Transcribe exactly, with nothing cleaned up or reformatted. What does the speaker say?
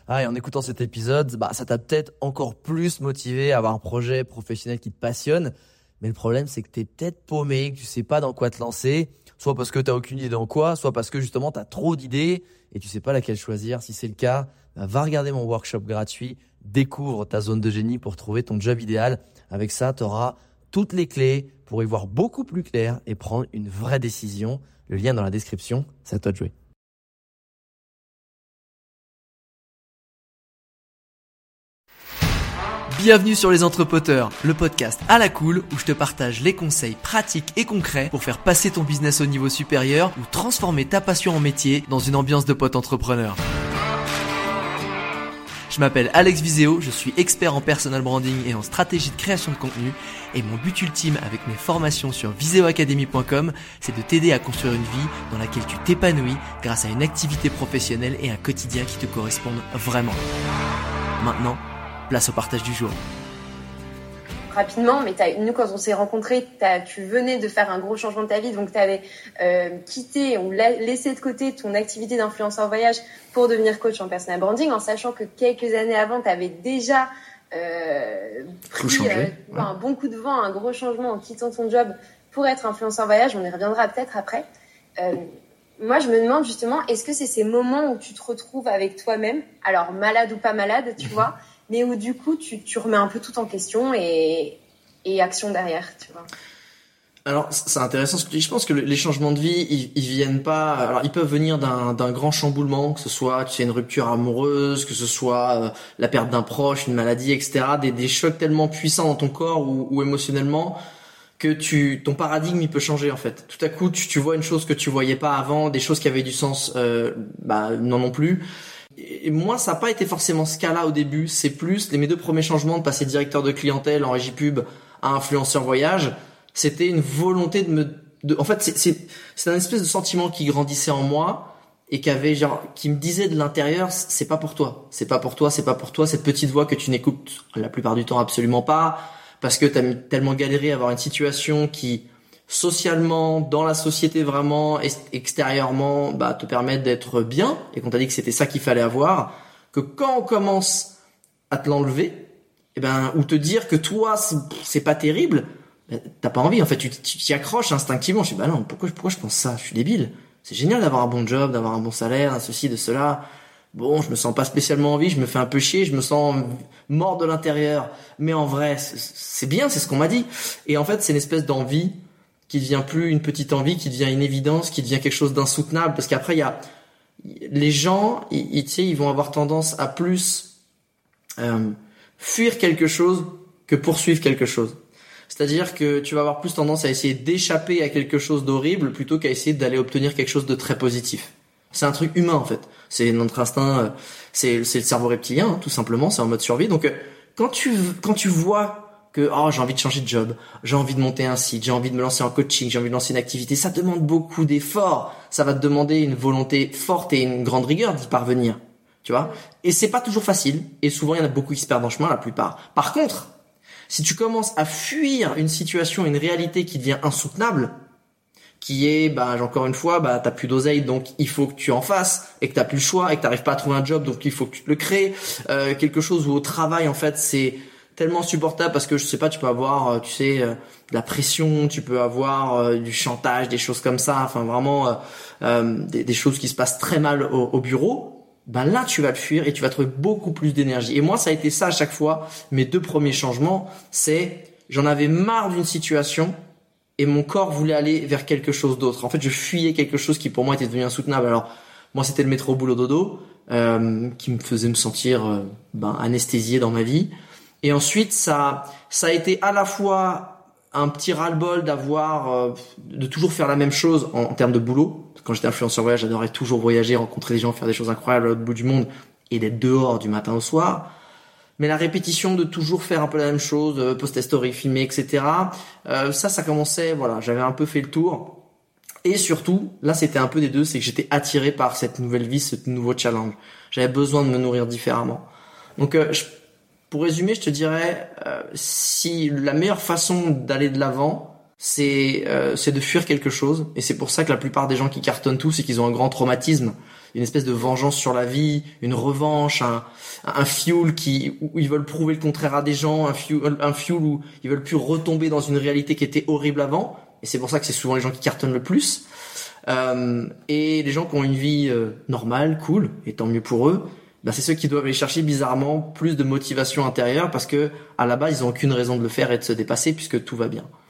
Ah, et en écoutant cet épisode, bah, ça t'a peut-être encore plus motivé à avoir un projet professionnel qui te passionne. Mais le problème, c'est que t'es peut-être paumé, que tu sais pas dans quoi te lancer. Soit parce que t'as aucune idée dans quoi, soit parce que justement t'as trop d'idées et tu sais pas laquelle choisir. Si c'est le cas, bah, va regarder mon workshop gratuit. Découvre ta zone de génie pour trouver ton job idéal. Avec ça, t'auras toutes les clés pour y voir beaucoup plus clair et prendre une vraie décision. Le lien dans la description, c'est à toi de jouer. Bienvenue sur Les Entrepoteurs, le podcast à la cool où je te partage les conseils pratiques et concrets pour faire passer ton business au niveau supérieur ou transformer ta passion en métier dans une ambiance de pote entrepreneur. Je m'appelle Alex Viseo, je suis expert en personal branding et en stratégie de création de contenu et mon but ultime avec mes formations sur viseo academy point com, c'est de t'aider à construire une vie dans laquelle tu t'épanouis grâce à une activité professionnelle et un quotidien qui te correspondent vraiment. Maintenant, place au partage du jour. Rapidement, mais t'as, nous, quand on s'est rencontrés, t'as, tu venais de faire un gros changement de ta vie, donc tu avais euh, quitté ou la, laissé de côté ton activité d'influenceur voyage pour devenir coach en personal branding, en sachant que quelques années avant, tu avais déjà euh, pris euh, ouais. un bon coup de vent, un gros changement en quittant ton job pour être influenceur voyage. On y reviendra peut-être après. Euh, moi, je me demande justement, est-ce que c'est ces moments où tu te retrouves avec toi-même, alors malade ou pas malade, tu vois, mais où du coup tu, tu remets un peu tout en question et, et action derrière, tu vois. Alors c'est intéressant ce que tu dis. Je pense que les changements de vie, ils, ils viennent pas. Alors ils peuvent venir d'un, d'un grand chamboulement, que ce soit tu sais une rupture amoureuse, que ce soit euh, la perte d'un proche, une maladie, et cetera. Des, des chocs tellement puissants dans ton corps ou, ou émotionnellement que tu ton paradigme il peut changer en fait. Tout à coup tu, tu vois une chose que tu voyais pas avant, des choses qui avaient du sens, euh, bah non non plus. Et moi, ça n'a pas été forcément ce cas-là au début. C'est plus les mes deux premiers changements de passer directeur de clientèle en régie pub à influenceur voyage. C'était une volonté de me, de, en fait, c'est, c'est, c'est un espèce de sentiment qui grandissait en moi et qui avait genre, qui me disait de l'intérieur, c'est pas pour toi, c'est pas pour toi, c'est pas pour toi. Cette petite voix que tu n'écoutes la plupart du temps absolument pas parce que t'as tellement galéré à avoir une situation qui socialement, dans la société vraiment, extérieurement, bah, te permettre d'être bien, et qu'on t'a dit que c'était ça qu'il fallait avoir, que quand on commence à te l'enlever, eh ben, ou te dire que toi, c'est, c'est pas terrible, ben, t'as pas envie, en fait, tu, tu t'y accroches instinctivement. Je dis, bah non, pourquoi, pourquoi je pense ça? Je suis débile. C'est génial d'avoir un bon job, d'avoir un bon salaire, un ceci, de cela. Bon, je me sens pas spécialement envie, je me fais un peu chier, je me sens mort de l'intérieur. Mais en vrai, c'est, c'est bien, c'est ce qu'on m'a dit. Et en fait, c'est une espèce d'envie qui devient plus une petite envie, qui devient une évidence, qui devient quelque chose d'insoutenable. Parce qu'après, il y a les gens, ils, ils, tu sais, ils vont avoir tendance à plus euh, fuir quelque chose que poursuivre quelque chose. C'est-à-dire que tu vas avoir plus tendance à essayer d'échapper à quelque chose d'horrible plutôt qu'à essayer d'aller obtenir quelque chose de très positif. C'est un truc humain en fait. C'est notre instinct, c'est, c'est le cerveau reptilien, hein, tout simplement. C'est en mode survie. Donc quand tu quand tu vois que oh j'ai envie de changer de job, j'ai envie de monter un site, j'ai envie de me lancer en coaching, j'ai envie de lancer une activité, ça demande beaucoup d'efforts, ça va te demander une volonté forte et une grande rigueur d'y parvenir, tu vois. Et c'est pas toujours facile, et souvent il y en a beaucoup qui se perdent en chemin, la plupart. Par contre, si tu commences à fuir une situation, une réalité qui devient insoutenable, qui est, bah, encore une fois, bah, t'as plus d'oseille, donc il faut que tu en fasses, et que t'as plus le choix, et que t'arrives pas à trouver un job, donc il faut que tu le crées, euh, quelque chose où au travail, en fait, c'est tellement insupportable parce que je sais pas, tu peux avoir, tu sais, de la pression, tu peux avoir euh, du chantage, des choses comme ça, enfin vraiment euh, euh, des, des choses qui se passent très mal au, au bureau. Ben là, tu vas le fuir et tu vas trouver beaucoup plus d'énergie. Et moi, ça a été ça à chaque fois. Mes deux premiers changements, c'est j'en avais marre d'une situation et mon corps voulait aller vers quelque chose d'autre. En fait, je fuyais quelque chose qui pour moi était devenu insoutenable. Alors moi, c'était le métro boulot dodo euh, qui me faisait me sentir euh, ben anesthésié dans ma vie. Et ensuite, ça, ça a été à la fois un petit ras-le-bol d'avoir, euh, de toujours faire la même chose en, en termes de boulot. Quand j'étais influenceur voyage, j'adorais toujours voyager, rencontrer des gens, faire des choses incroyables à l'autre bout du monde et d'être dehors du matin au soir. Mais la répétition de toujours faire un peu la même chose, euh, poster story, filmer, et cetera. Euh, ça, ça commençait, voilà, j'avais un peu fait le tour. Et surtout, là, c'était un peu des deux, c'est que j'étais attiré par cette nouvelle vie, ce nouveau challenge. J'avais besoin de me nourrir différemment. Donc, euh, je Pour résumer, je te dirais, euh, si la meilleure façon d'aller de l'avant, c'est euh, c'est de fuir quelque chose. Et c'est pour ça que la plupart des gens qui cartonnent tous, c'est qu'ils ont un grand traumatisme. une espèce de vengeance sur la vie, une revanche, un, un fuel qui, où ils veulent prouver le contraire à des gens, un fuel, un fuel où ils veulent plus retomber dans une réalité qui était horrible avant. Et c'est pour ça que c'est souvent les gens qui cartonnent le plus. Euh, et les gens qui ont une vie euh, normale, cool, et tant mieux pour eux, ben c'est ceux qui doivent aller chercher bizarrement plus de motivation intérieure parce que à la base ils ont aucune raison de le faire et de se dépasser puisque tout va bien.